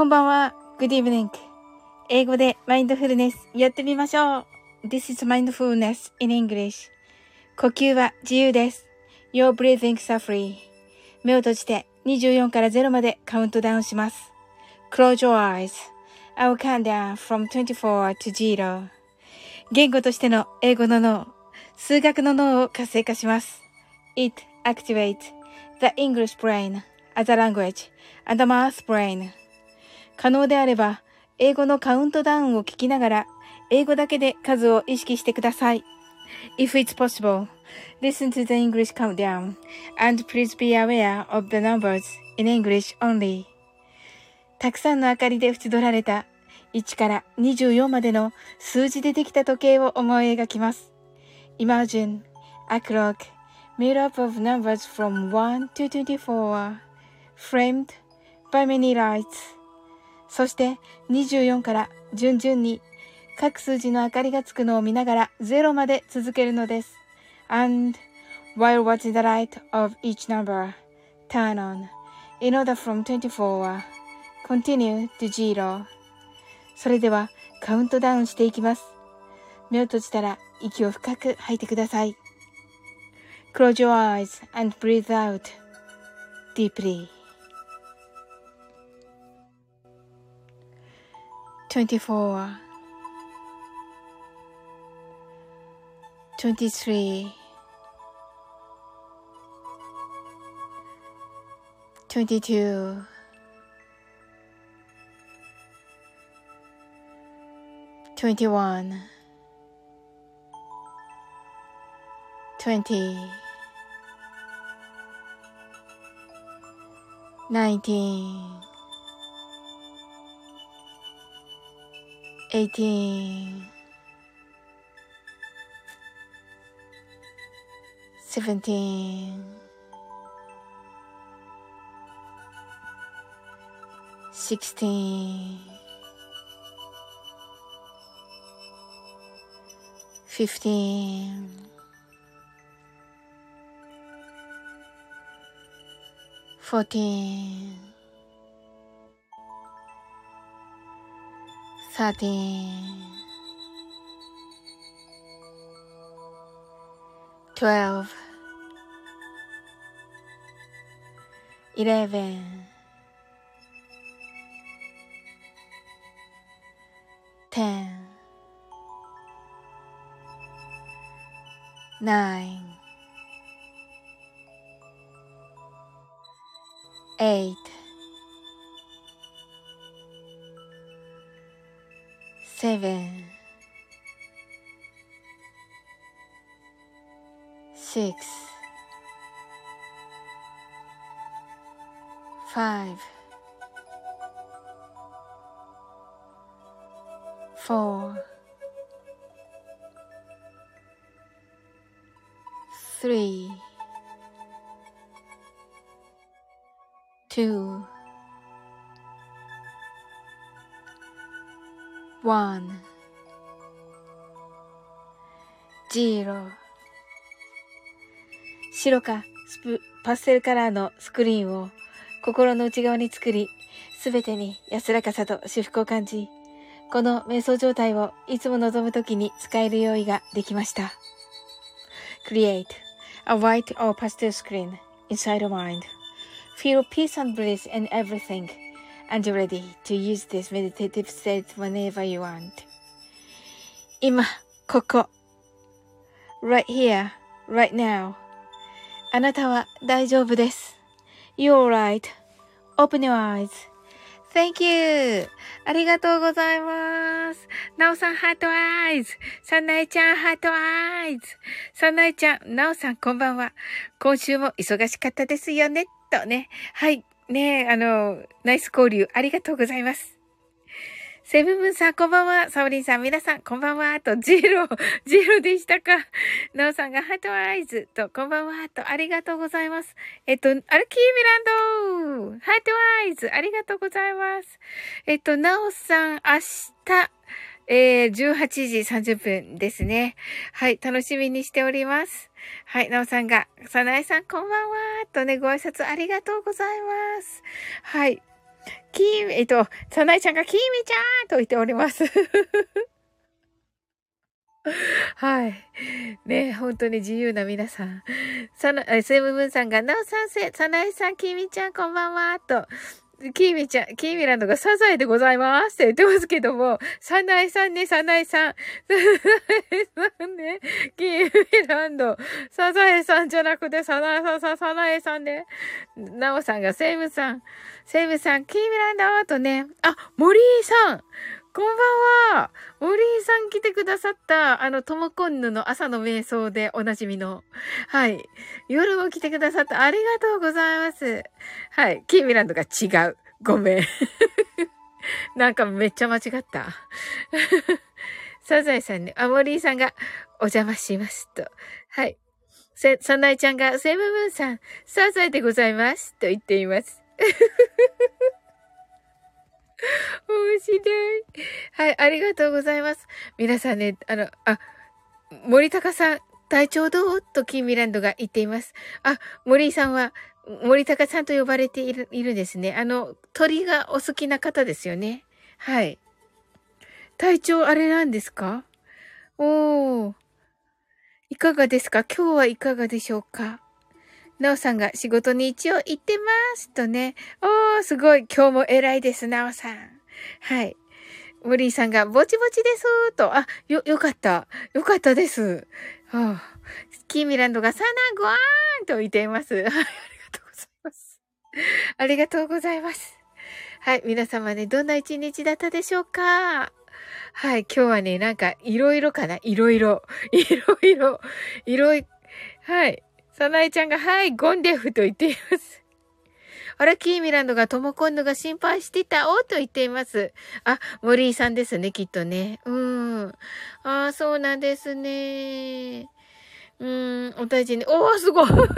こんばんは。Good evening. 英語でマインドフルネスやってみましょう。This is mindfulness in English. 呼吸は自由です。Your breathing are free. 目を閉じて24から0までカウントダウンします。Close your eyes. I will count down from 24 to 0. 言語としての英語の脳、数学の脳を活性化します。It activates the English brain as a language and the math brain. 可能であれば、英語のカウントダウンを聞きながら、英語だけで数を意識してください。If it's possible, listen to the English countdown, and please be aware of the numbers in English only. たくさんの明かりで縁取られた1から24までの数字でできた時計を思い描きます。Imagine a clock made up of numbers from 1 to 24, framed by many lights.そして24から順々に各数字の明かりがつくのを見ながら0まで続けるのです。And while watching the light of each number turn on, in order from 24, continue to 0. それではカウントダウンしていきます。目を閉じたら息を深く吐いてください。Close your eyes and breathe out deeply.24 23 22 21 20 19 18 17 16 15 14 13 12 11 10 9 8 7 6 5 4 3 2 1 0白かパステルカラーのスクリーンを心の内側に作り、すべてに安らかさと至福を感じ、この瞑想状態をいつも望むときに使える用意ができました。Create a white or pastel screen inside your mind. Feel peace and bliss in everything, and you're ready to use this meditative state whenever you want. 今、ここ。Right here, right now. あなたは大丈夫です。You're right.Open your eyes.Thank you. ありがとうございます。なおさん、ハートアイズ。さなえちゃん、ハートアイズ。さなえちゃん、なおさん、こんばんは。今週も忙しかったですよね。とね。はい。ねナイス交流、ありがとうございます。セブブンさん、こんばんは。サオリンさん、皆さん、こんばんは。と、ジロでしたか。ナオさんがハートアイズと、こんばんは。と、ありがとうございます。アルキーミランドハートアイズ、ありがとうございます。ナオさん、明日、18時30分ですね。はい、楽しみにしております。はい、ナオさんが、サナエさんこんばんはとね、ご挨拶ありがとうございます。はい。 さなえちゃんがきみちゃんと言っております。はい。ね、本当に自由な皆さん。セムブンさんが、なおさんさなえさん、きみちゃん、こんばんは、と。キーミちゃん、キーミランドがサザエでございますって言ってますけども、サナエさんね、サナエさん。サナエさんね、キーミランド、サザエさんじゃなくて、サナエさんね。ナオさんが、セイムさん、キーミランドとね、あ、森井さんこんばんは。森井さん来てくださった、トモコンヌの朝の瞑想でおなじみの。はい。夜も来てくださったありがとうございます。はい。キーミランドが違う。ごめん。なんかめっちゃ間違った。サザエさんね、森井さんがお邪魔しますと。はい。サナエちゃんが、セムムーンさん、サザエでございますと言っています。面白い。はい、ありがとうございます。皆さんね、森高さん、体調どうとキーミランドが言っています。あ、森井さんは、森高さんと呼ばれているんですね。鳥がお好きな方ですよね。はい。体調あれなんですか？おー。いかがですか？今日はいかがでしょうか？なおさんが仕事に一応行ってますとね。おー、すごい。今日も偉いです、なおさん。はい。森井さんが、ぼちぼちですと。あ、よかった。よかったです。はあ、キーミランドが、サナゴワーンと言っています。はい、ありがとうございます。ありがとうございます。はい、皆様ね、どんな一日だったでしょうか？はい、今日はね、なんか、いろいろかな？いろいろ。はい。サナエちゃんが、はい、ゴンデフと言っています。あれ、キーミランドがトモコンヌが心配してたと言っています。あ、森井さんですね、きっとね。ああ、そうなんですね。お大事に。おー、すごい。すずちゃん、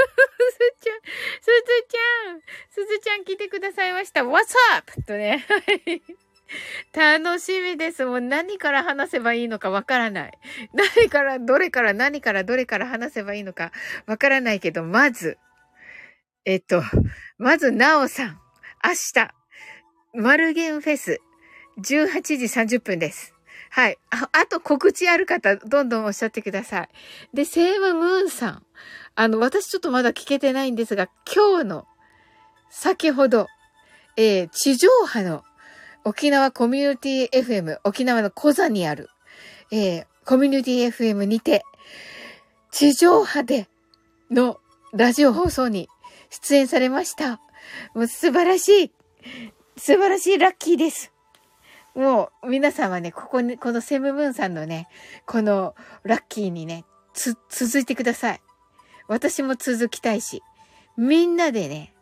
すずちゃん来てくださいました。What's up? とね。楽しみです。もう何から話せばいいのかわからない。何からどれから話せばいいのかわからないけど、えっと、まず、なおさん。明日、マルゲンフェス、18時30分です。はい。あと告知ある方、どんどんおっしゃってください。で、セームムーンさん。私ちょっとまだ聞けてないんですが、今日の、先ほど、地上波の沖縄コミュニティ FM、沖縄の小座にある、コミュニティ FM にて、地上波でのラジオ放送に出演されました。もう素晴らしい、ラッキーです。もう皆さんはね、このセムムーンさんのね、このラッキーにね、続いてください。私も続きたいし、みんなでね、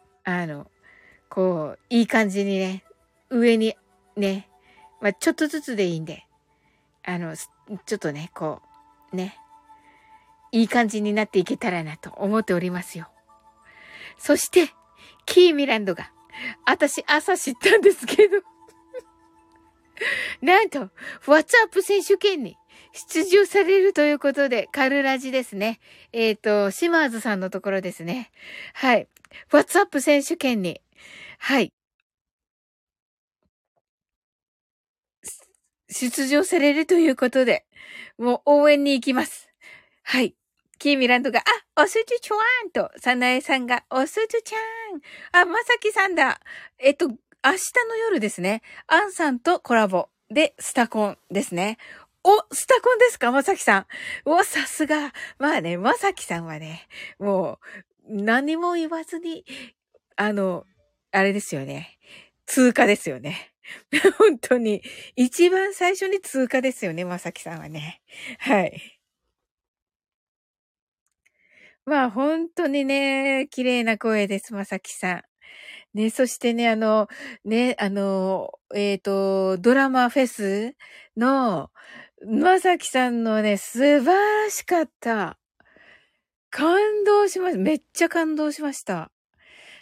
いい感じにね、上にね、まあ、ちょっとずつでいいんで、ちょっとね、いい感じになっていけたらなと思っておりますよ。そして、キーミランドが、私朝知ったんですけど、なんと、WhatsApp 選手権に出場されるということで、カルラジですね。シマーズさんのところですね。はい。WhatsApp 選手権に、はい。出場されるということで、もう応援に行きます。はい。キーミランドが、おすずちゃんと、サナエさんが、おすずちゃん。まさきさんだ。明日の夜ですね。アンさんとコラボで、スタコンですね。スタコンですかまさきさん。さすが。まあね、まさきさんはね、もう、何も言わずに、あれですよね。通過ですよね。本当に。一番最初に通過ですよね、まさきさんはね。はい。まあ、本当にね、綺麗な声です、まさきさん。ね、そしてね、ドラマフェスの、まさきさんのね、素晴らしかった。感動しました。めっちゃ感動しました。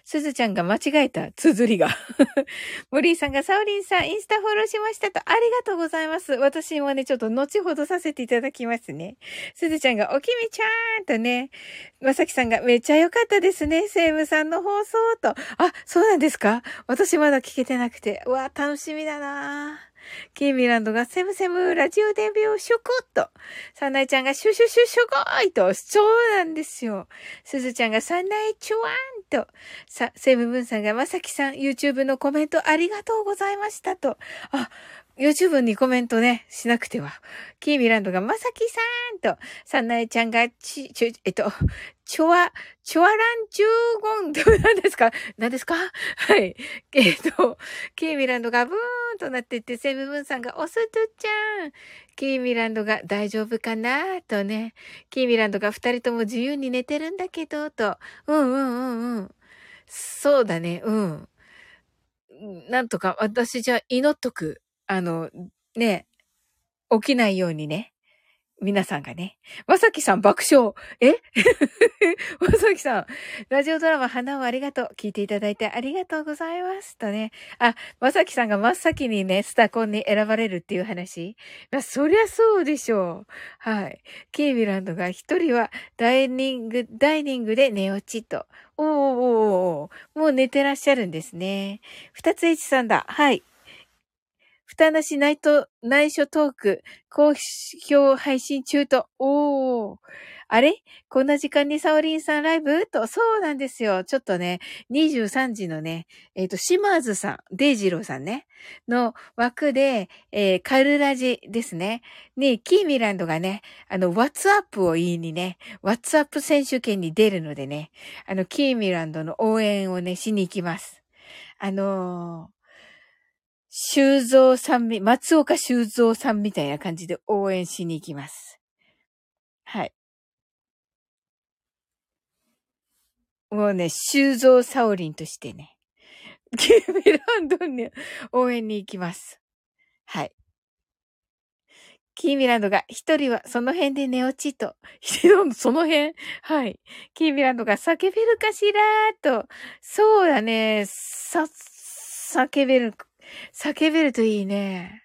すずちゃんが間違えた、綴りが。モリーさんがサオリンさん、インスタフォローしましたと、ありがとうございます。私もね、ちょっと後ほどさせていただきますね。すずちゃんが、おきみちゃんとね、まさきさんが、めっちゃ良かったですね、セイムさんの放送と。あ、そうなんですか？私まだ聞けてなくて。うわ、楽しみだなぁ。キーミランドがセムセムラジオデビューシュクッと。サナイちゃんがシュシュシュシュゴーイと。そうなんですよ。すずちゃんがサナイチュワンと。セムブンさんがまさきさん YouTube のコメントありがとうございましたと。あ、YouTube にコメントね、しなくては。キーミランドがまさきさんと。サナイちゃんがチョアランチューゴンと何ですか？何ですか？はい。キーミランドがブーンとなっていって、セムブンさんがおすとちゃん。キーミランドが大丈夫かなとね。キーミランドが二人とも自由に寝てるんだけど、と。うん。そうだね、うん。なんとか私じゃあ祈っとく。ね、起きないようにね。皆さんがね。まさきさん爆笑。まさきさん。ラジオドラマ花をありがとう。聞いていただいてありがとうございます。とね。あ、まさきさんが真っ先にね、スタコンに選ばれるっていう話。そりゃそうでしょう。はい。キーミランドが一人はダイニングで寝落ちと。おー。もう寝てらっしゃるんですね。二つ H さんだ。はい。ふたなし内緒トーク、好評配信中と。あれこんな時間にサオリンさんライブと、そうなんですよ。ちょっとね、23時のね、島津さん、デイジローさんね、の枠で、カルラジですね。に、キーミランドがね、ワッツアップを言いにね、ワッツアップ選手権に出るのでね、キーミランドの応援をね、しに行きます。松岡修造さんみたいな感じで応援しに行きます。はい。もうね、修造サオリンとしてね、キーミランドに応援に行きます。はい。キーミランドが一人はその辺で寝落ちと。その辺はい。キーミランドが叫べるかしらと。そうだね。叫べるといいね。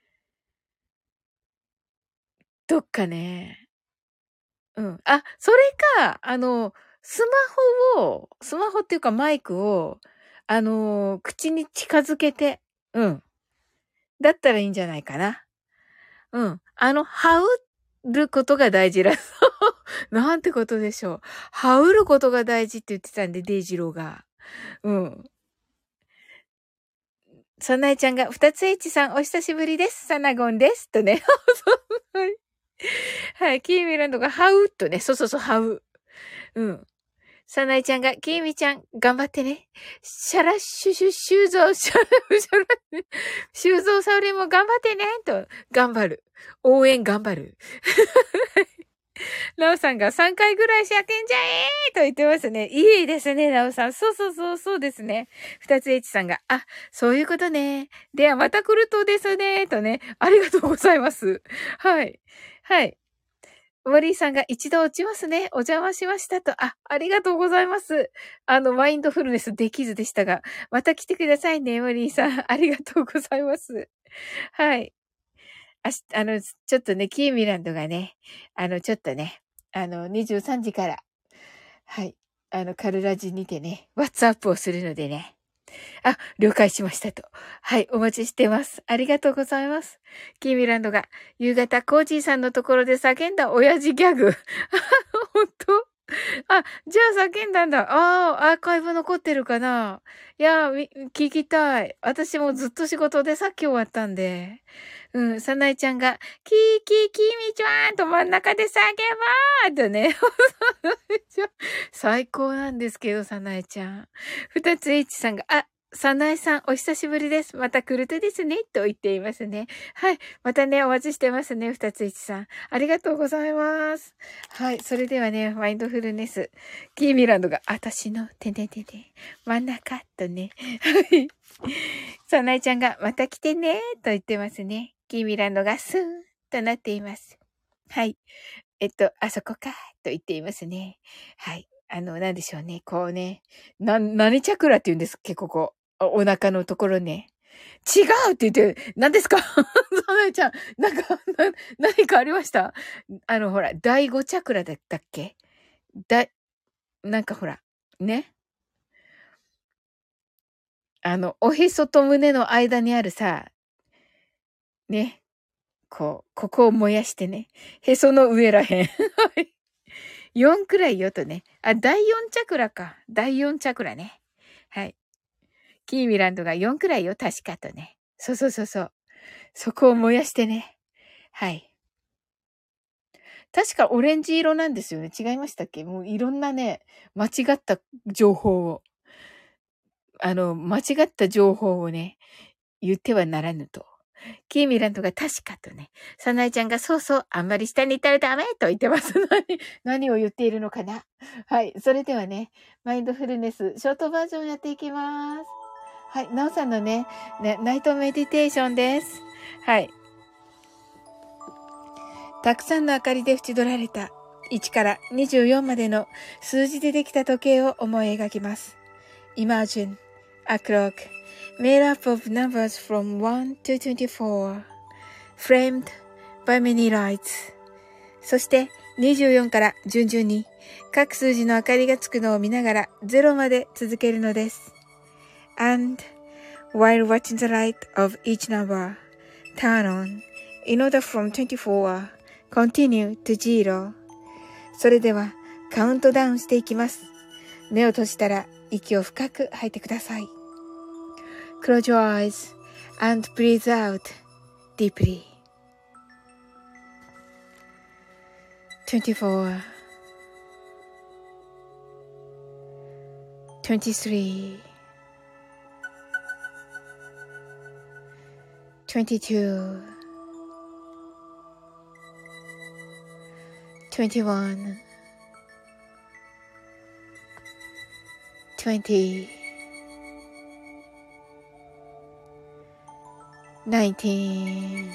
どっかね。うん。あ、それか、スマホっていうかマイクを、口に近づけて、うん。だったらいいんじゃないかな。うん。羽織ることが大事だ。なんてことでしょう。羽織ることが大事って言ってたんで、デイジローが。うん。サナエちゃんが、二つ H さんお久しぶりです。サナゴンです。とね。はい。はい。キーミランドが、羽織とね。そう、羽織。うん。サナイちゃんが、キーミちゃん、頑張ってね。シャラッシュシュシューゾー、シューゾーサウリも頑張ってね。と、頑張る。応援頑張る。ナオさんが3回ぐらい叫んじゃえーと言ってますね。いいですね、ナオさん。そうですね。二つ H さんが、あ、そういうことね。ではまた来るとですね。とね。ありがとうございます。はい。はい。マリーさんが一度落ちますね。お邪魔しましたと。ありがとうございます。マインドフルネスできずでしたが、また来てくださいね、マリーさん。ありがとうございます。はい。ちょっとね、キーミランドがね、ちょっとね、23時から、はい、カルラジにてね、ワッツアップをするのでね。了解しましたと。はい、お待ちしてます。ありがとうございます。キーミランドが、夕方、コージーさんのところで叫んだ親父ギャグ。本当じゃあ叫んだんだ。アーカイブ残ってるかな？いや、聞きたい。私もずっと仕事でさっき終わったんで。うん、さなえちゃんが、キミちゃんと真ん中で叫ばーとね。最高なんですけど、さなえちゃん。二つ H さんが、さなえさん、お久しぶりです。また来るとですね、と言っていますね。はい。またね、お待ちしてますね、二つ H さん。ありがとうございます。はい。それではね、マインドフルネス。キーミランドが、私の、真ん中、とね。はい。さなえちゃんが、また来てね、と言ってますね。キーミランドが、スーン、となっています。はい。あそこか、と言っていますね。はい。 なんでしょうね。こうね。何チャクラって言うんですっけ、ここ。お腹のところね。違うって言って、何ですかサナエちゃん、何かありました？ほら、第5チャクラだったっけ？なんかほら、ね。おへそと胸の間にあるさ、ね。ここを燃やしてね。へその上らへん。4くらいよとね。第4チャクラか。第4チャクラね。はい。キーミランドが4くらいよ、確かとね。そう。そこを燃やしてね。はい。確かオレンジ色なんですよね。違いましたっけ？もういろんなね、間違った情報を、間違った情報をね、言ってはならぬと。キーミランドが確かとね、サナエちゃんがそう、あんまり下に行ったらダメと言ってます。何を言っているのかな？はい。それではね、マインドフルネス、ショートバージョンやっていきます。はい。ナオさんのね、ナイトメディテーションです。はい。たくさんの明かりで縁取られた1から24までの数字でできた時計を思い描きます。Imagine a clock made up of numbers from 1 to 24, framed by many lights. そして24から順々に各数字の明かりがつくのを見ながら0まで続けるのです。And while watching the light of each number turn on in order from 24, continue to 0. それではカウントダウンしていきます。目を閉じたら息を深く吐いてください。Close your eyes and breathe out deeply. 24, 23, 22, 21, 20, 19,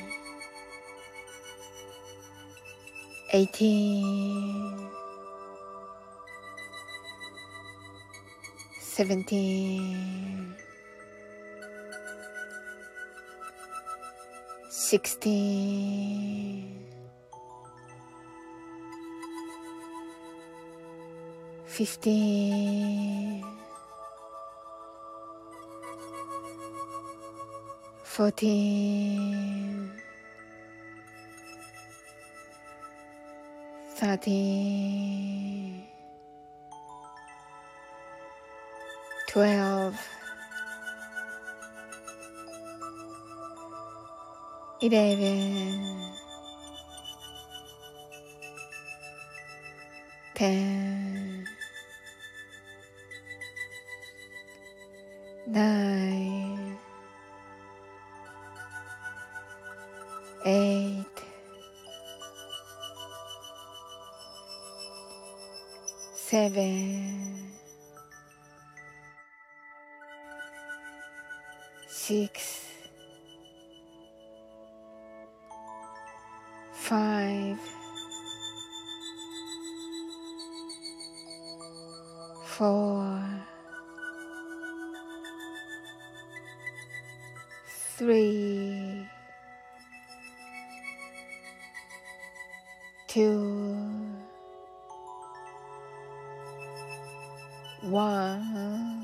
18, 17, 16, 15, 14, 13, 12, 11, 10, 9, 8, 7, 6, 5, 4, 3, 2, 1,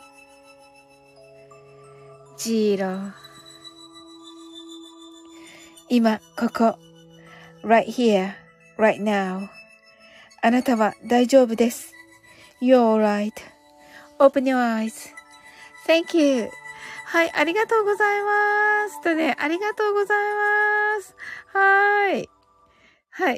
0. 今、ここ。right here, right now. あなたは大丈夫です。You're alright.Open your eyes. Thank you. はい、ありがとうございます。とね、ありがとうございます。はい。はい。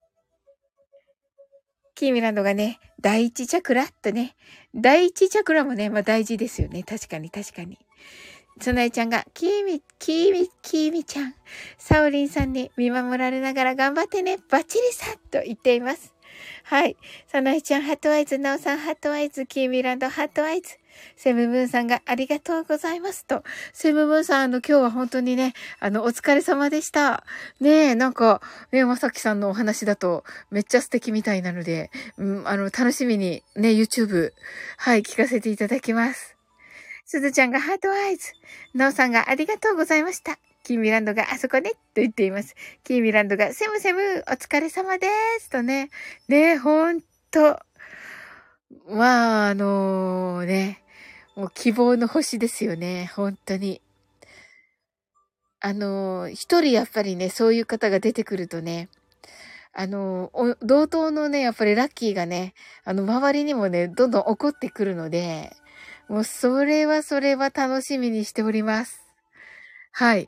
キーミランドがね、第一チャクラとね、第一チャクラもね、まあ大事ですよね。確かに。つなえちゃんが、キーミちゃん、サオリンさんに見守られながら頑張ってね、バッチリさと言っています。はい。さなえちゃん、ハットアイズ、ナオさん、ハットアイズ、キーミランド、ハットアイズ。 セムブンさんがありがとうございますと。セムブンさん、今日は本当にね、お疲れ様でした。ねえ、なんか、ね、まさきさんのお話だと、めっちゃ素敵みたいなので、楽しみにね、YouTube、はい、聞かせていただきます。すずちゃんがハートアイズ。なおさんがありがとうございました。キーミランドがあそこね、と言っています。キーミランドがセムセム、お疲れ様です。とね。ねえ、ほんと。まあ、ね、もう希望の星ですよね。本当に。一人やっぱりね、そういう方が出てくるとね、同等のね、やっぱりラッキーがね、周りにもね、どんどん起こってくるので、もうそれは楽しみにしております。はい。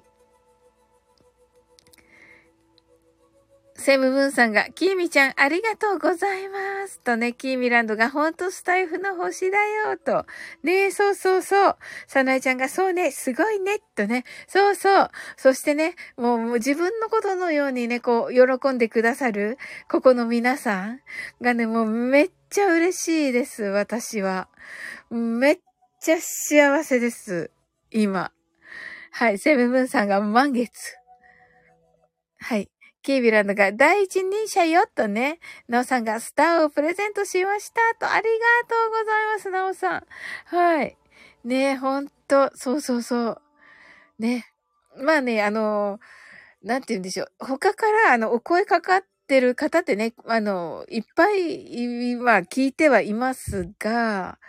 セムブンさんが、キーミちゃんありがとうございます。とね、キーミランドがほんとスタイフの星だよ。と。ねえ、そうそうそう。サナエちゃんが、そうね、すごいね。とね。そうそう。そしてね、もう自分のことのようにね、こう、喜んでくださる、ここの皆さんがね、もうめっちゃ嬉しいです。私は。めっちゃ幸せです。今。はい。セムブンさんが満月。はい。キービランドが第一人者よとね、ナオさんがスターをプレゼントしましたと、ありがとうございます、ナオさん。はい。ねほんと、そうそうそう。ね。まあね、なんて言うんでしょう。他から、お声かかってる方ってね、いっぱい、まあ、聞いてはいますが、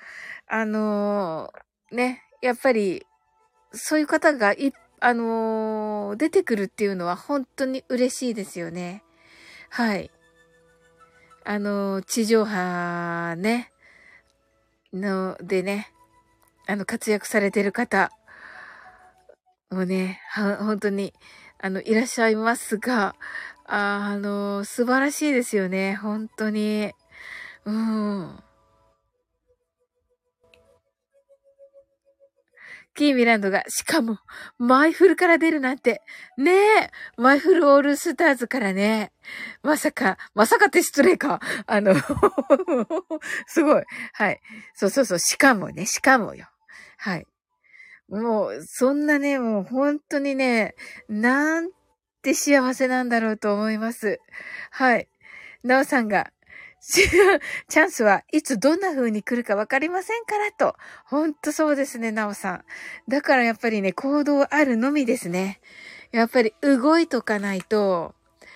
やっぱり、そういう方が出てくるっていうのは本当に嬉しいですよね。はい。地上波ね、でね、活躍されてる方もね、本当に、いらっしゃいますが、素晴らしいですよね。本当に。うん。キーミランドが、しかも、マイフルから出るなんて。ねえ。マイフルオールスターズからね。まさかって失礼か。すごい。はい。そうそうそう。しかもよ。はい。もう、そんなね、もう本当にね、なんて幸せなんだろうと思います。はい。なおさんが、チャンスはいつどんな風に来るかわかりませんからと。ほんとそうですね、なおさん。だからやっぱりね、行動あるのみですね。やっぱり動いとかないと、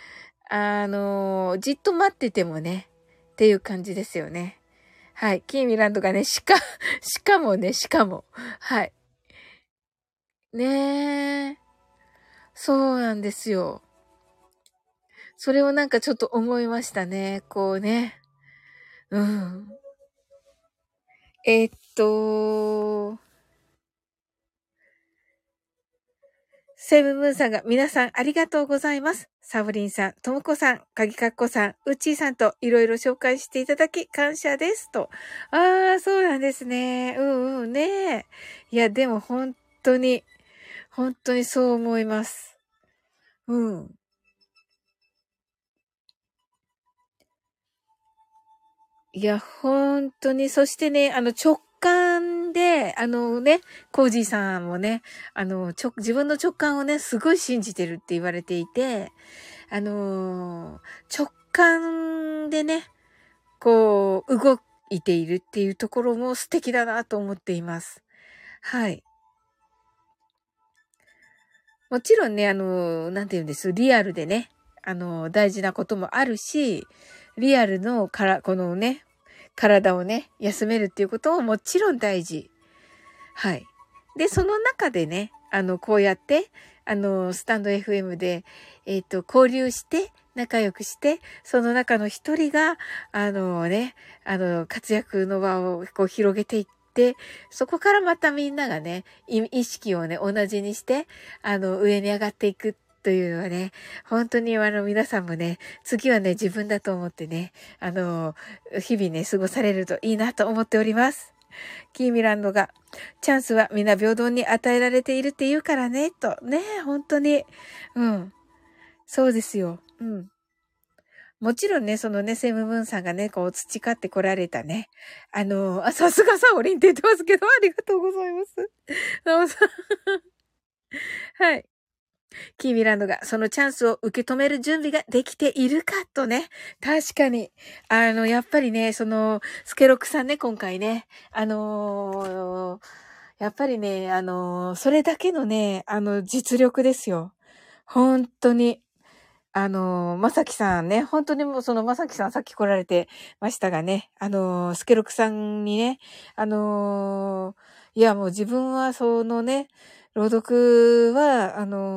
じっと待っててもね、っていう感じですよね。はい。キーミランドがね、しかもね、しかも。はい。ねえ。そうなんですよ。それをなんかちょっと思いましたね。こうね。うん。えーっと、セブンムーンさんが皆さんありがとうございます。サブリンさん、ともこさん、かぎかっこさん、うっちーさんといろいろ紹介していただき感謝ですと。ああ、そうなんですね。うんうんね。いや、でも本当にそう思います。うん。いや、本当に、そしてね、直感で、コージーさんもね、自分の直感をね、すごい信じてるって言われていて、直感でね、こう、動いているっていうところも素敵だなと思っています。はい。もちろんね、なんて言うんです、リアルでね、大事なこともあるし、リアルのこのね、体をね、休めるっていうことももちろん大事。はい。で、その中でね、こうやって、スタンド FM で、交流して、仲良くして、その中の一人が、活躍の場をこう広げていって、そこからまたみんながね、意識をね、同じにして、上に上がっていくというのはね、本当に皆さんもね、次はね、自分だと思ってね、日々ね、過ごされるといいなと思っております。キーミランドが、チャンスはみんな平等に与えられているって言うからね、と。ね、本当に。うん。そうですよ。うん。 もちろんね、そのね、セムムーンさんがね、こう培ってこられたね。さすがサオリンって言ってますけど、ありがとうございます。なおさんはい。キーミランドがそのチャンスを受け止める準備ができているかとね。確かに。やっぱりね、スケロクさんね、今回ね。やっぱりね、それだけのね、実力ですよ。本当に。まさきさんね、本当にもうそのまさきさんさっき来られてましたがね、スケロクさんにね、いやもう自分はそのね、朗読は、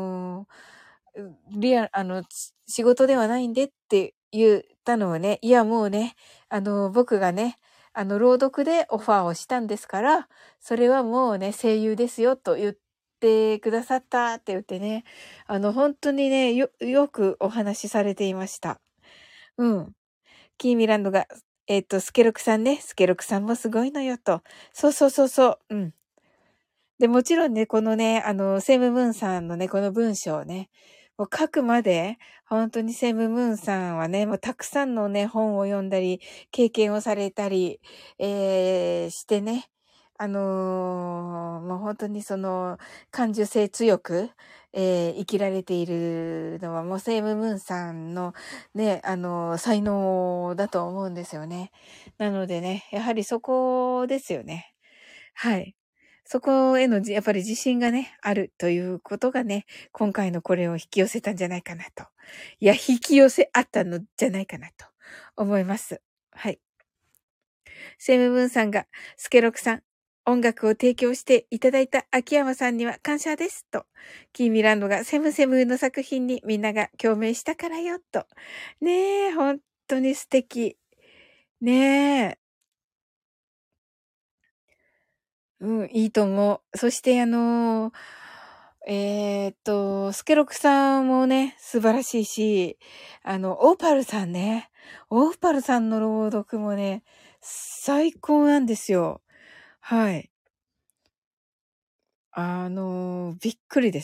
リアル、仕事ではないんでって言ったのをね、いやもうね、僕がね、朗読でオファーをしたんですから、それはもうね、声優ですよと言ってくださったって言ってね、本当にね、よくお話しされていました。うん。キーミランドが、スケロクさんね、スケロクさんもすごいのよと。そうそうそうそう。うん。で、もちろんね、このね、セムムーンさんのね、この文章をね、もう書くまで、本当にセムムーンさんはね、もうたくさんのね、本を読んだり、経験をされたり、してね、もう本当にその、感受性強く、生きられているのは、もうセムムーンさんのね、才能だと思うんですよね。なのでね、やはりそこですよね。はい。そこへのやっぱり自信がね、あるということがね、今回のこれを引き寄せたんじゃないかなと。いや、引き寄せあったのじゃないかなと思います。はい。セムブンさんが、スケロクさん、音楽を提供していただいた秋山さんには感謝です。と。キーミランドがセムセムの作品にみんなが共鳴したからよ。と。ねえ、本当に素敵。ねえ。うん、いいと思う。そしてスケロクさんもね、素晴らしいし、オーパルさんね、オーパルさんの朗読もね、最高なんですよ。はい。びっくりです。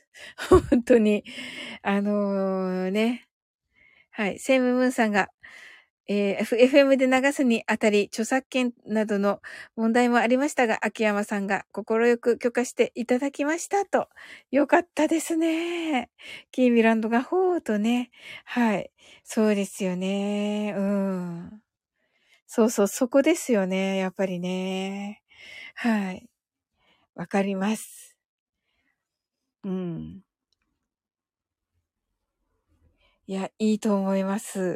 本当に。ね。はい。セイムムーンさんが、FM で流すにあたり、著作権などの問題もありましたが、秋山さんが快く許可していただきましたと。よかったですね。キーミランドがほーとね。はい。そうですよね。うん。そうそう、そこですよね。やっぱりね。はい。わかります。うん。いや、いいと思います。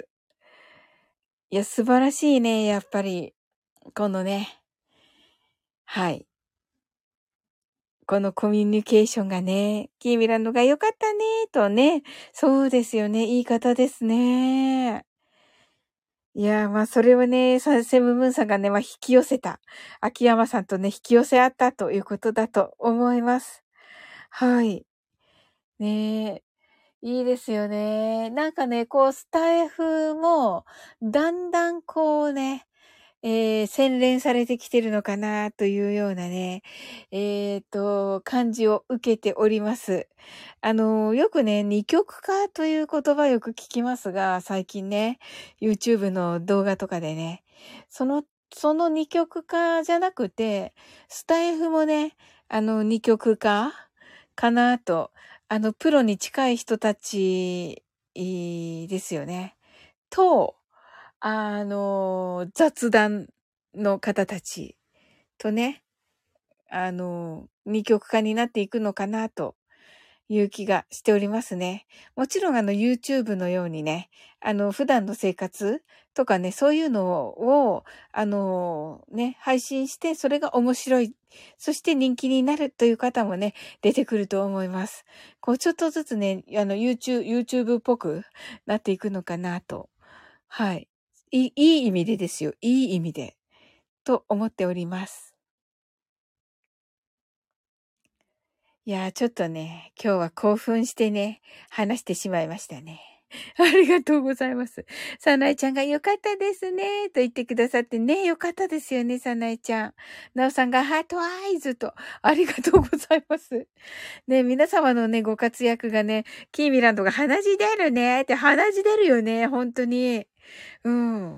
いや、素晴らしいね。やっぱり、このね。はい。このコミュニケーションがね、キーミランドが良かったね、とね。そうですよね。いい方ですね。いや、まあ、それをね、セムムーンさんがね、まあ、引き寄せた。秋山さんとね、引き寄せ合ったということだと思います。はい。ねえ。いいですよね。なんかね、こう、スタイフも、だんだんこうね、洗練されてきてるのかなというようなね、感じを受けております。よくね、二極化という言葉よく聞きますが、最近ね、YouTube の動画とかでね、その、その二極化じゃなくて、スタイフもね、二極化かなと、プロに近い人たちですよね。と、雑談の方たちとね、二極化になっていくのかなという気がしておりますね。もちろんYouTube のようにね、普段の生活とかね、そういうのを、ね、配信して、それが面白い。そして人気になるという方もね、出てくると思います。こう、ちょっとずつね、YouTube っぽくなっていくのかなと。はい。いい意味でですよ。いい意味で。と思っております。いやー、ちょっとね、今日は興奮してね、話してしまいましたね。 ありがとうございます。さなえちゃんがよかったですね、と言ってくださってね、よかったですよね、さなえちゃん。なおさんがハートアイズと、ありがとうございます。ね、皆様のね、ご活躍がね、キーミランドが鼻血出るね、って鼻血出るよね、本当に。うん。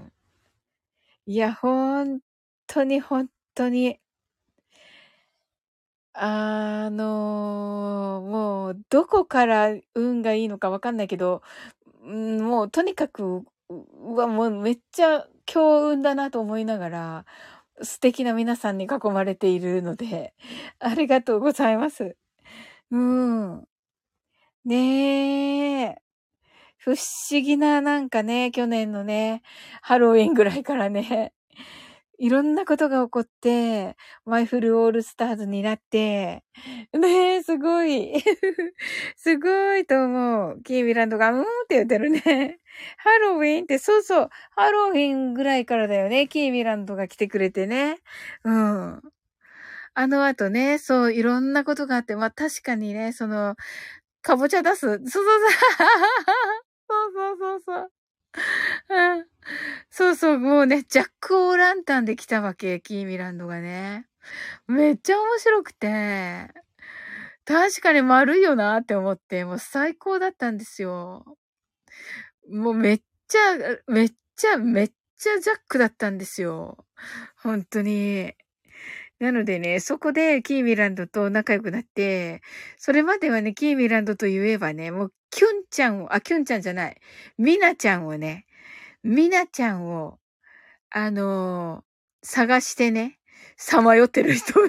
いや、本当に、もう、どこから運がいいのかわかんないけど、もうとにかく、もうめっちゃ強運だなと思いながら、素敵な皆さんに囲まれているので、ありがとうございます。うん。ねえ。不思議ななんかね、去年のね、ハロウィンぐらいからね、いろんなことが起こって、マイフルオールスターズになって、ねえ、すごい。すごいと思う。キーミランドが、って言ってるね。ハロウィンって、そうそう、ハロウィンぐらいからだよね。キーミランドが来てくれてね。うん。あの後ね、そう、いろんなことがあって、まあ確かにね、かぼちゃ出す。そうそうそう。そうそうそうそう。うんそうそう、もうね、ジャック・オー・ランタンで来たわけ、キーミランドがね。めっちゃ面白くて、確かに丸いよなって思って、もう最高だったんですよ。もうめっちゃジャックだったんですよ。本当に。なのでね、そこでキーミランドと仲良くなって、それまではね、キーミランドと言えばね、もうキュンちゃんじゃない、ミナちゃんをね、ミナちゃんを、あの探してね、さまよってる人、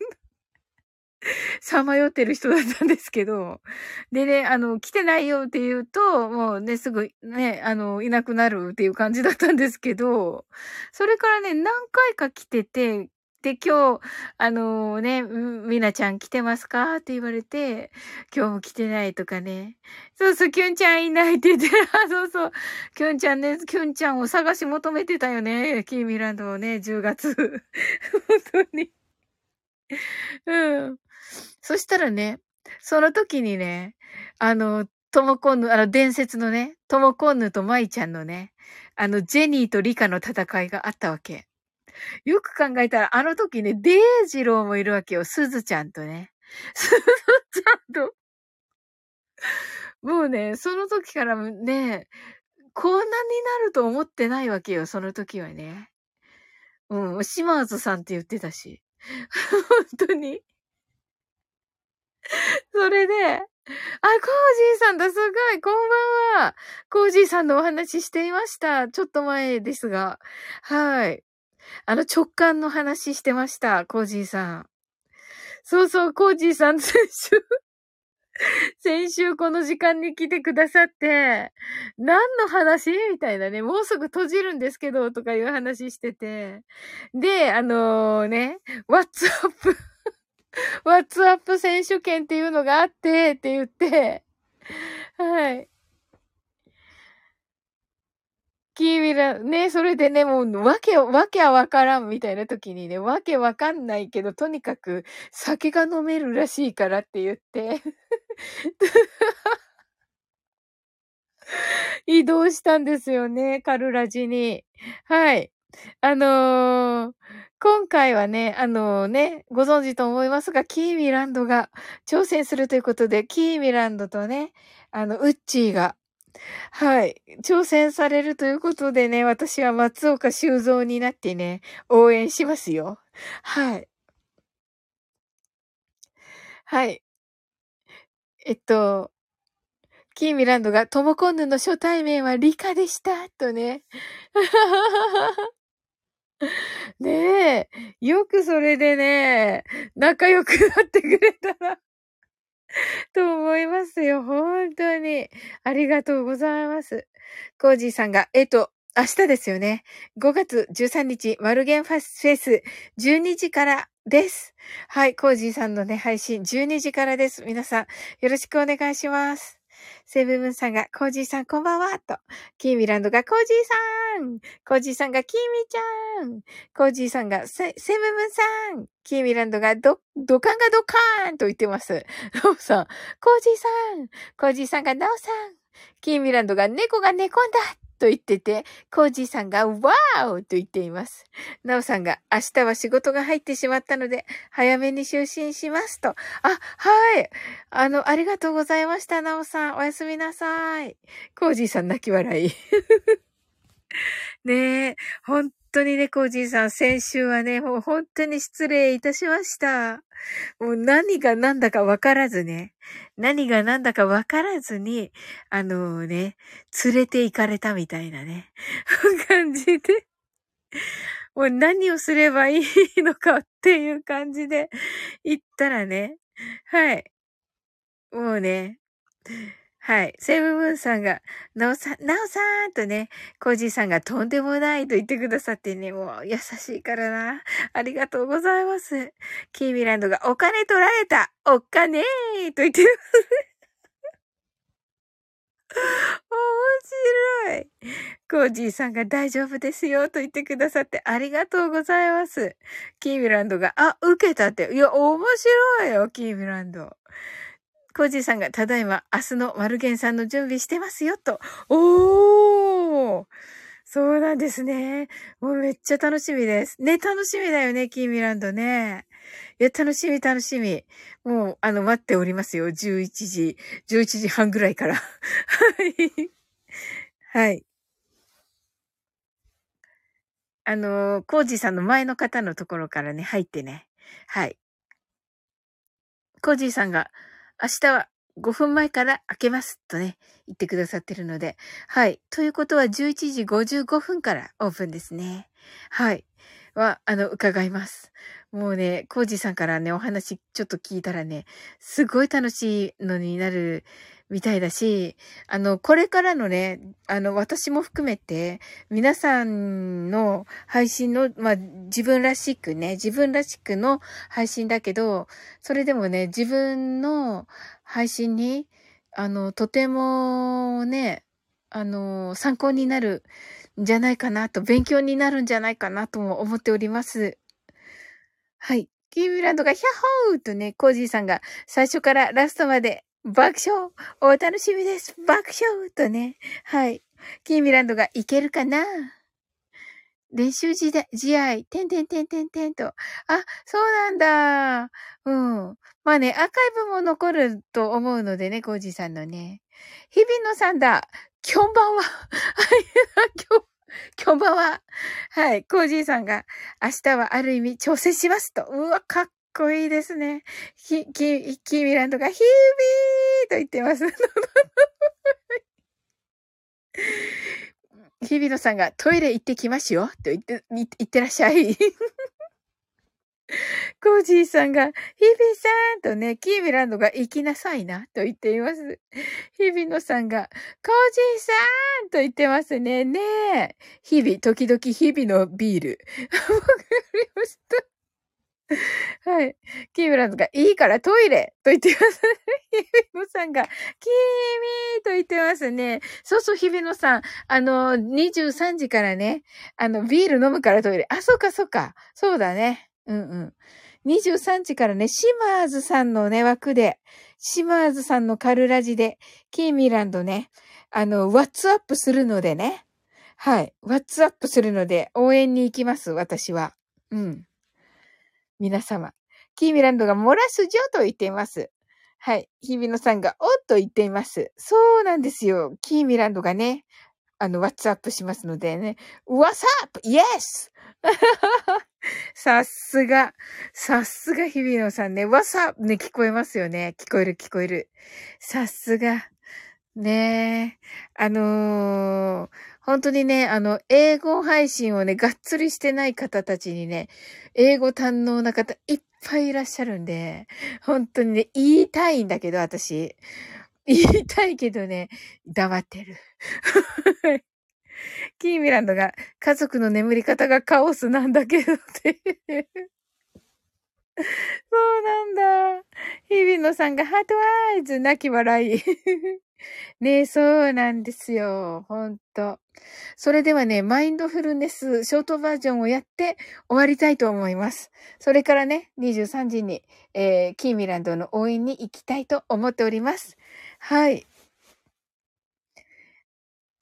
さまよってる人だったんですけど、でね、来てないよって言うと、もうね、すぐね、いなくなるっていう感じだったんですけど、それからね、何回か来てて、で、今日、みなちゃん来てますかって言われて、今日も来てないとかね。そうそう、キュンちゃんいないって言って、そうそう、キュンちゃんね、キュンちゃんを探し求めてたよね、キーミランドをね、10月。本当に。うん。そしたらね、その時にね、トモコンヌ、伝説のね、トモコンヌとマイちゃんのね、ジェニーとリカの戦いがあったわけ。よく考えたら、あの時ね、デイジローもいるわけよ。スズちゃんとね。スズちゃんと。もうね、その時からね、こんなになると思ってないわけよ、その時はね。うん、島津さんって言ってたし。本当に。それで、コージーさんだ、すごい、こんばんは。コージーさんのお話していました。ちょっと前ですが。はい。直感の話してました、コージーさん。そうそう、コージーさん、先週この時間に来てくださって、何の話みたいなね、もうすぐ閉じるんですけど、とかいう話してて。で、What's up? What's up 選手権っていうのがあって、って言って、はい。キーミラ、ね、それでね、もう、わけはわからんみたいな時にね、わけわかんないけど、とにかく酒が飲めるらしいからって言って移動したんですよね、カルラジに。はい。今回はね、ご存知と思いますが、キーミランドが挑戦するということで、キーミランドとね、ウッチーが、はい、挑戦されるということでね、私は松岡修造になってね、応援しますよ。はい。はい。えっと、キーミランドがトモコンヌの初対面はリカでした、とね。ねえ、よくそれでね、仲良くなってくれたな、と思いますよ。本当に。ありがとうございます。コージーさんが、明日ですよね。5月13日、マルゲンフェス、12時からです。はい、コージーさんのね、配信、12時からです。皆さん、よろしくお願いします。セブブンさんが、コージーさんこんばんは、と。キーミランドが、コージーさんコージーさんが、キーミちゃんコージーさんが、セブブンさんキーミランドが、ドカンがドカーンと言ってます。ナオさん、コージーさんコージーさんが、ナオさんキーミランドが猫が寝込んだと言ってて、コージーさんがワーオと言っています。ナオさんが明日は仕事が入ってしまったので、早めに就寝しますと。あ、はい。ありがとうございました、ナオさん。おやすみなさい。コージーさん泣き笑い。ねえ、本当にね、コージーさん、先週はね、もう本当に失礼いたしました。もう何が何だかわからずね、何が何だかわからずに、連れて行かれたみたいなね、感じで、もう何をすればいいのかっていう感じで行ったらね、はい、もうね、はい。セブブンさんが、なおさんとね、コージーさんがとんでもないと言ってくださってね、もう優しいからな。ありがとうございます。キーミランドがお金取られたおっかねーと言ってる。面白い。コージーさんが大丈夫ですよと言ってくださってありがとうございます。キーミランドが、受けたって。いや、面白いよ、キーミランド。コージーさんが、ただいま、明日のマルゲンさんの準備してますよ、と。おー、そうなんですね。もうめっちゃ楽しみです。ね、楽しみだよね、キーミランドね。いや、楽しみ、楽しみ。もう、待っておりますよ。11時半ぐらいから。はい。はい。コージーさんの前の方のところからね、入ってね。はい。コージーさんが、明日は5分前から開けますとね、言ってくださってるので。はい。ということは11時55分からオープンですね。はい。伺います。もうね、コージーさんからね、お話ちょっと聞いたらね、すごい楽しいのになるみたいだし、これからのね、私も含めて、皆さんの配信の、まあ、自分らしくの配信だけど、それでもね、自分の配信に、とてもね、参考になるんじゃないかなと、勉強になるんじゃないかなとも思っております。はい。キーミランドがヒャッホーとね、コージーさんが最初からラストまで爆笑お楽しみです爆笑とね。はい。キーミランドがいけるかな練習試合、てんてんてんてんてんと。あ、そうなんだ。うん。まあね、アーカイブも残ると思うのでね、コージーさんのね。日比野さんだ。きょんばんは。はい、きょんばんは。はい、コージーさんが、明日はある意味調整しますと。うわ、かっこいいですね。キーミランドがヒービーと言ってます。日比野さんがトイレ行ってきますよと言ってらっしゃい。コージーさんが、ヒビさんとね、キーミランドが行きなさいなと言っています。日比野さんが、コージーさんと言ってますね。ねえ。時々日々のビール。わかりました。はい。キーミランドが、いいからトイレと言ってます。日比野さんが、キーミーと言ってますね。そうそう、日比野さん。23時からね、ビール飲むからトイレ。あ、そうか、そうか。そうだね。うんうん。23時からね、シマーズさんのね、枠で、シマーズさんのカルラジで、キーミランドね、ワッツアップするのでね。はい。ワッツアップするので、応援に行きます、私は。うん。皆様。キーミランドが漏らすじょと言っています。はい。日比野さんが、おっと言っています。そうなんですよ。キーミランドがね、ワッツアップしますのでね。What's up? Yes! さすが日比野さんね。What's up? ね、聞こえますよね。聞こえる。さすが。ねえ。本当にね、英語配信をね、がっつりしてない方たちにね、英語堪能な方いっぱいいらっしゃるんで、本当にね、言いたいんだけど、私。言いたいけどね、黙ってる。キーミランドが家族の眠り方がカオスなんだけどってそうなんだ。日比野さんがハートワイズ泣き笑い。ねえ、そうなんですよ。ほんと。それではね、マインドフルネスショートバージョンをやって終わりたいと思います。それからね、23時に、キーミランドの応援に行きたいと思っております。はい。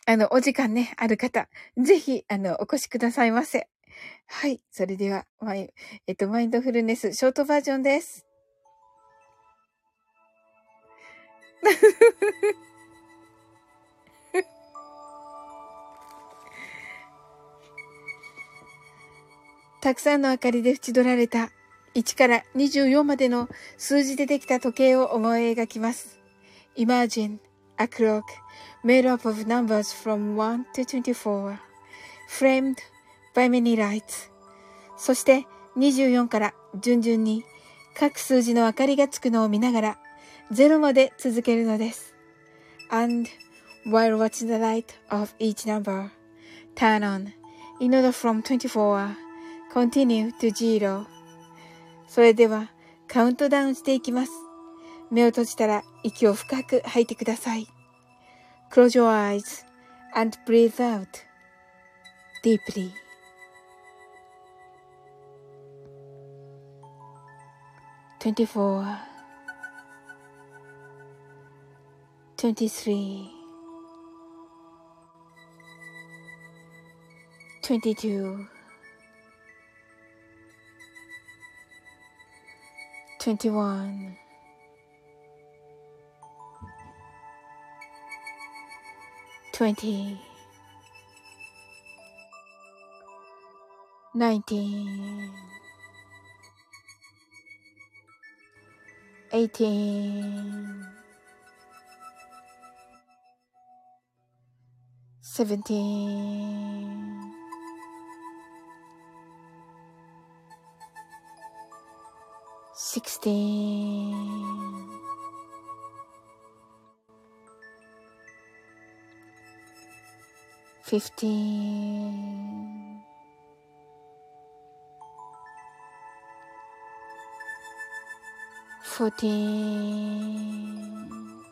お時間ね、ある方、ぜひ、お越しくださいませ。はい。それでは、マインドフルネス、ショートバージョンです。たくさんの明かりで縁取られた1から24までの数字でできた時計を思い描きます。Imagine a clock made up of numbers from 1 to 24, framed by many lights. そして24から順々に各数字の明かりがつくのを見ながら0まで続けるのです。And while watching the light of each number turn on in order from 24Continue to 0. それではカウントダウンしていきます。目を閉じたら息を深く吐いてください。Close your eyes and breathe out deeply. 24, 23, 22, 21, 20, 19, 18, 17, 16, 15, 14,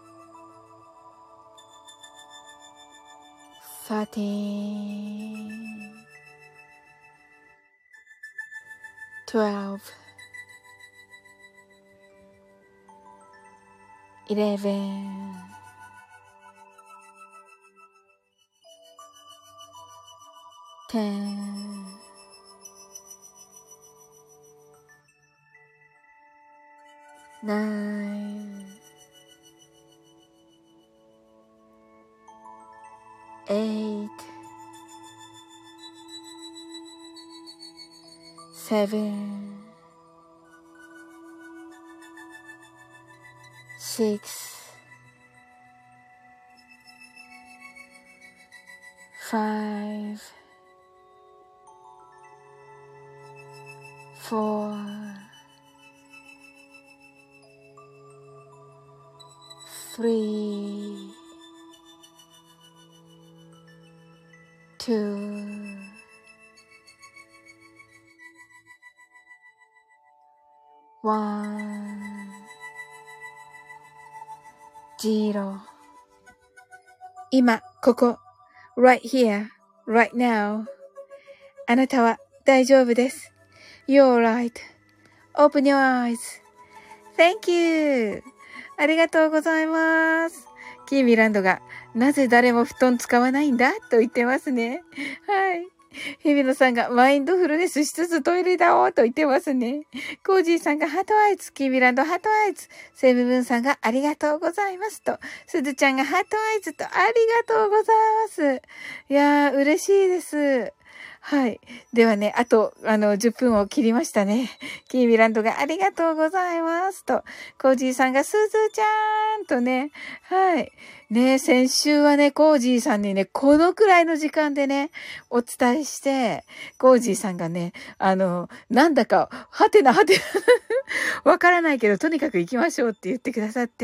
13, 12, 11, 10, 9, 8, 7, 6, 5, 4, 3, 2, 1, 0. 今、ここ、right here, right now. あなたは大丈夫です。You're right.Open your eyes. Thank you. ありがとうございます。キーミランドが、なぜ誰も布団使わないんだと言ってますね。はい。日比野さんが、マインドフルネスしつつトイレだおーと言ってますね。コージーさんが、ハートアイズ。キーミランド、ハートアイズ。セブブンさんが、ありがとうございますと。すずちゃんが、ハートアイズと、ありがとうございます。いやー、嬉しいです。はい。ではね、あと、10分を切りましたね。キーミランドがありがとうございますと。コージーさんがすずちゃんとね。はい。ね、先週はね、コージーさんにね、このくらいの時間でね、お伝えして、コージーさんがね、なんだか、はてな、わからないけど、とにかく行きましょうって言ってくださって、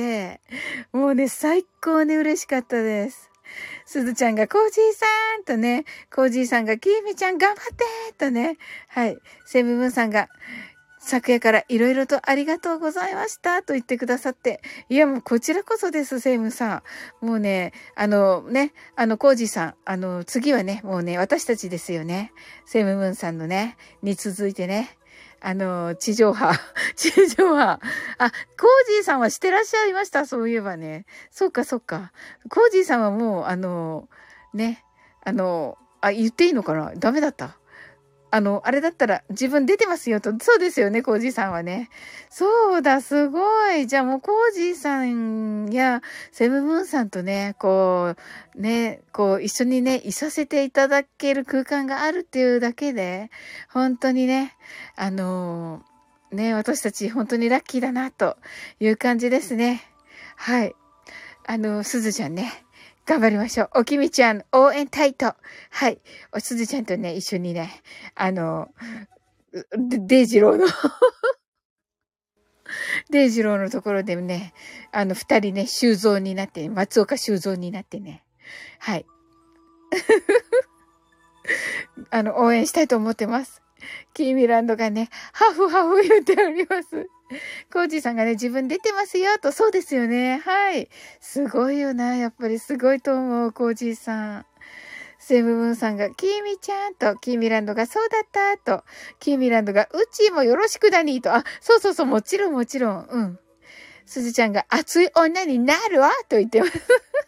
もうね、最高に嬉しかったです。すずちゃんがコージーさんとね、コージーさんがキーミちゃん頑張ってとね、はい。セブブンさんが昨夜からいろいろとありがとうございましたと言ってくださって、いやもうこちらこそです、セブンさん。もうね、コージーさん、次はね、もうね、私たちですよね。セブブンさんのね、に続いてね。地上波。地上波。あ、コージーさんはしてらっしゃいました。そういえばね。そうか、そうか。コージーさんはもう、 ね。言っていいのかな？ダメだった。あれだったら自分出てますよと。そうですよね、コージーさんはね。そうだ、すごい。じゃあもうコージーさんやセブブンさんとね、一緒にね、いさせていただける空間があるっていうだけで、本当にね、私たち本当にラッキーだな、という感じですね。はい。すずちゃんね。頑張りましょう。おきみちゃん、応援タイト。はい。おすずちゃんとね、一緒にね、デイジローのデイジローのところでね、二人ね、修造になって、松岡修造になってね。はい。応援したいと思ってます。キーミランドがね、ハフハフ言っております。コージーさんがね、自分出てますよ、と。そうですよね。はい。すごいよな。やっぱりすごいと思う、コージーさん。セブブンさんが、キーミちゃんと、キーミランドが、そうだったと、キーミランドが、うちもよろしくだにと、そうそうそう、もちろんもちろん、うん。すずちゃんが、熱い女になるわと言ってます。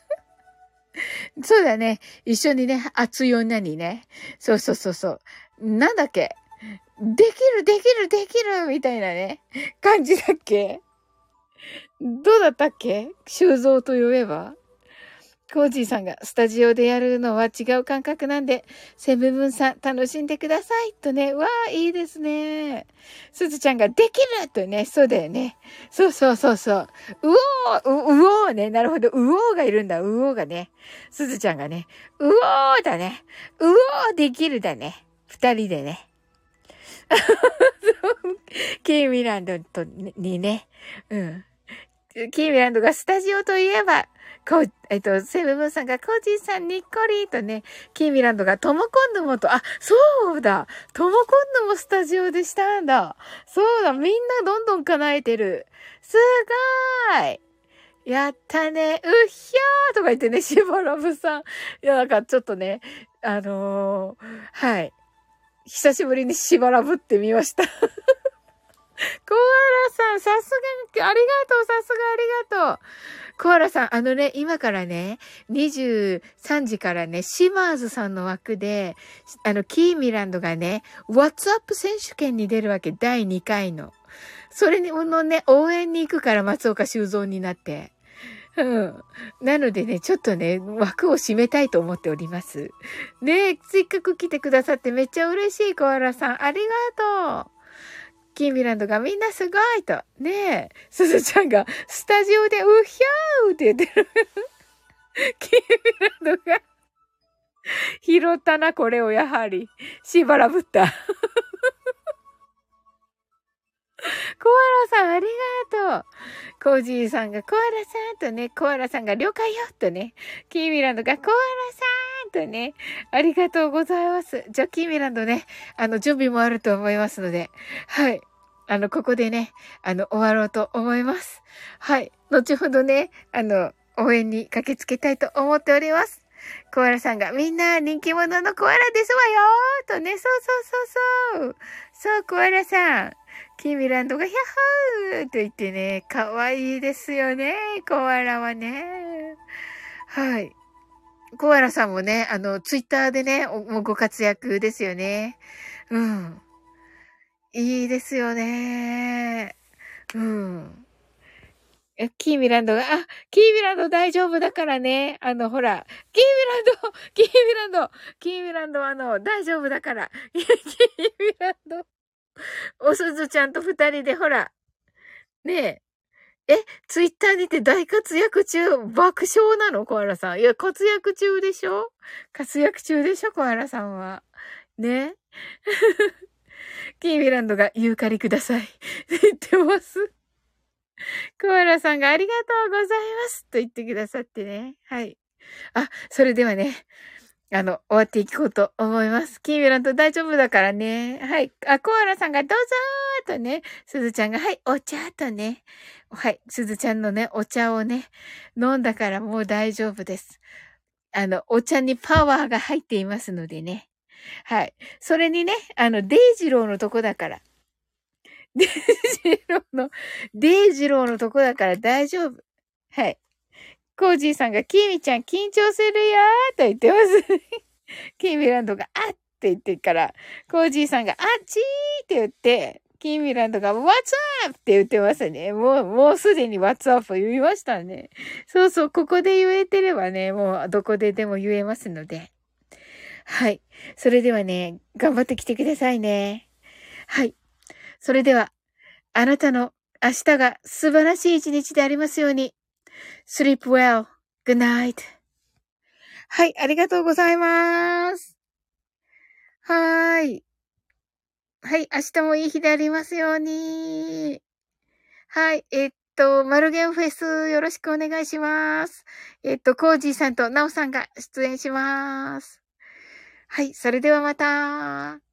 そうだね。一緒にね、熱い女にね。そうそうそうそう。なんだっけ？できる、できる、できるみたいなね、感じだっけ？どうだったっけ？修造と言えばコージーさんがスタジオでやるのは違う感覚なんで、セブブンさん楽しんでくださいとね。わあ、いいですね。すずちゃんができるとね。そうだよね。そうそうそうそう。うおーね。なるほど。うおーがいるんだ。うおーがね。すずちゃんがね。うおーだね。うおーできるだね。二人でね。キーミランドとにね。うん。キーミランドがスタジオといえば、セブブンさんがコージーさんにっこりとね、キーミランドがトモコンヌもと、そうだトモコンヌもスタジオでしたんだ。そうだみんなどんどん叶えてる。すごーいやったねうっひゃーとか言ってね、シバラブさん。いや、なんかちょっとね、はい。久しぶりにシバラブってみました。コアラさん、さすが、ありがとう、さすがありがとう。コアラさん、今からね、23時からね、シマーズさんの枠で、キーミランドがね、WhatsApp 選手権に出るわけ、第2回の。それのね、応援に行くから松岡修造になって。うん。なのでね、ちょっとね、枠を締めたいと思っております。ねえ、せっかく来てくださってめっちゃ嬉しい、コアラさん。ありがとう。キーミランドがみんなすごいと。ねえ。すずちゃんがスタジオでうひゃーって言ってる。キーミランドが拾ったな、これをやはり。しばらぶった。コアラさんありがとう。コージーさんがコアラさんとね、コアラさんが了解よとね、キーミランドがコアラさんとね、ありがとうございます。じゃあキーミランドね、準備もあると思いますので、はい。ここでね、終わろうと思います。はい。後ほどね、応援に駆けつけたいと思っております。コアラさんが、みんな人気者のコアラですわよーとね、そうそうそうそう。そう、コアラさん。キーミランドがヒャッホーと言ってね、可愛いですよね、コアラはね。はい。コアラさんもね、ツイッターでね、もうご活躍ですよね。うん。いいですよね。うん。キーミランドが、キーミランド大丈夫だからね。ほら、キーミランド、キーミランド、キーミランド大丈夫だから。キーミランド、おすずちゃんと二人でほら、ねえ。ツイッターにて大活躍中、爆笑なのコアラさん。いや、活躍中でしょ活躍中でしょコアラさんは。ねキーミランドがユーカリください。言ってます。コアラさんがありがとうございますと言ってくださってね。はい。それではね、終わっていこうと思います。キーミランド大丈夫だからね。はい。コアラさんがどうぞーとね、すずちゃんが、はい、お茶とね。はい、すずちゃんのね、お茶をね、飲んだからもう大丈夫です。お茶にパワーが入っていますのでね。はい。それにね、デイジローのとこだから。デイジローのとこだから大丈夫。はい。 コージーさんが、キーミちゃん緊張するよーと言ってます。キーミランドが、あって言ってから、コージーさんが、あっちーって言って、キーミランドが、What's up? って言ってますね。もうすでに What's up 言いましたね。そうそう、ここで言えてればね、もうどこででも言えますので。はい。それではね、頑張ってきてくださいね。はい。それでは、あなたの明日が素晴らしい一日でありますように。Sleep well. Good night. はい、ありがとうございます。はーい。はい、明日もいい日でありますように。はい、マルゲンフェスよろしくお願いします。コージーさんとナオさんが出演します。はい、それではまた。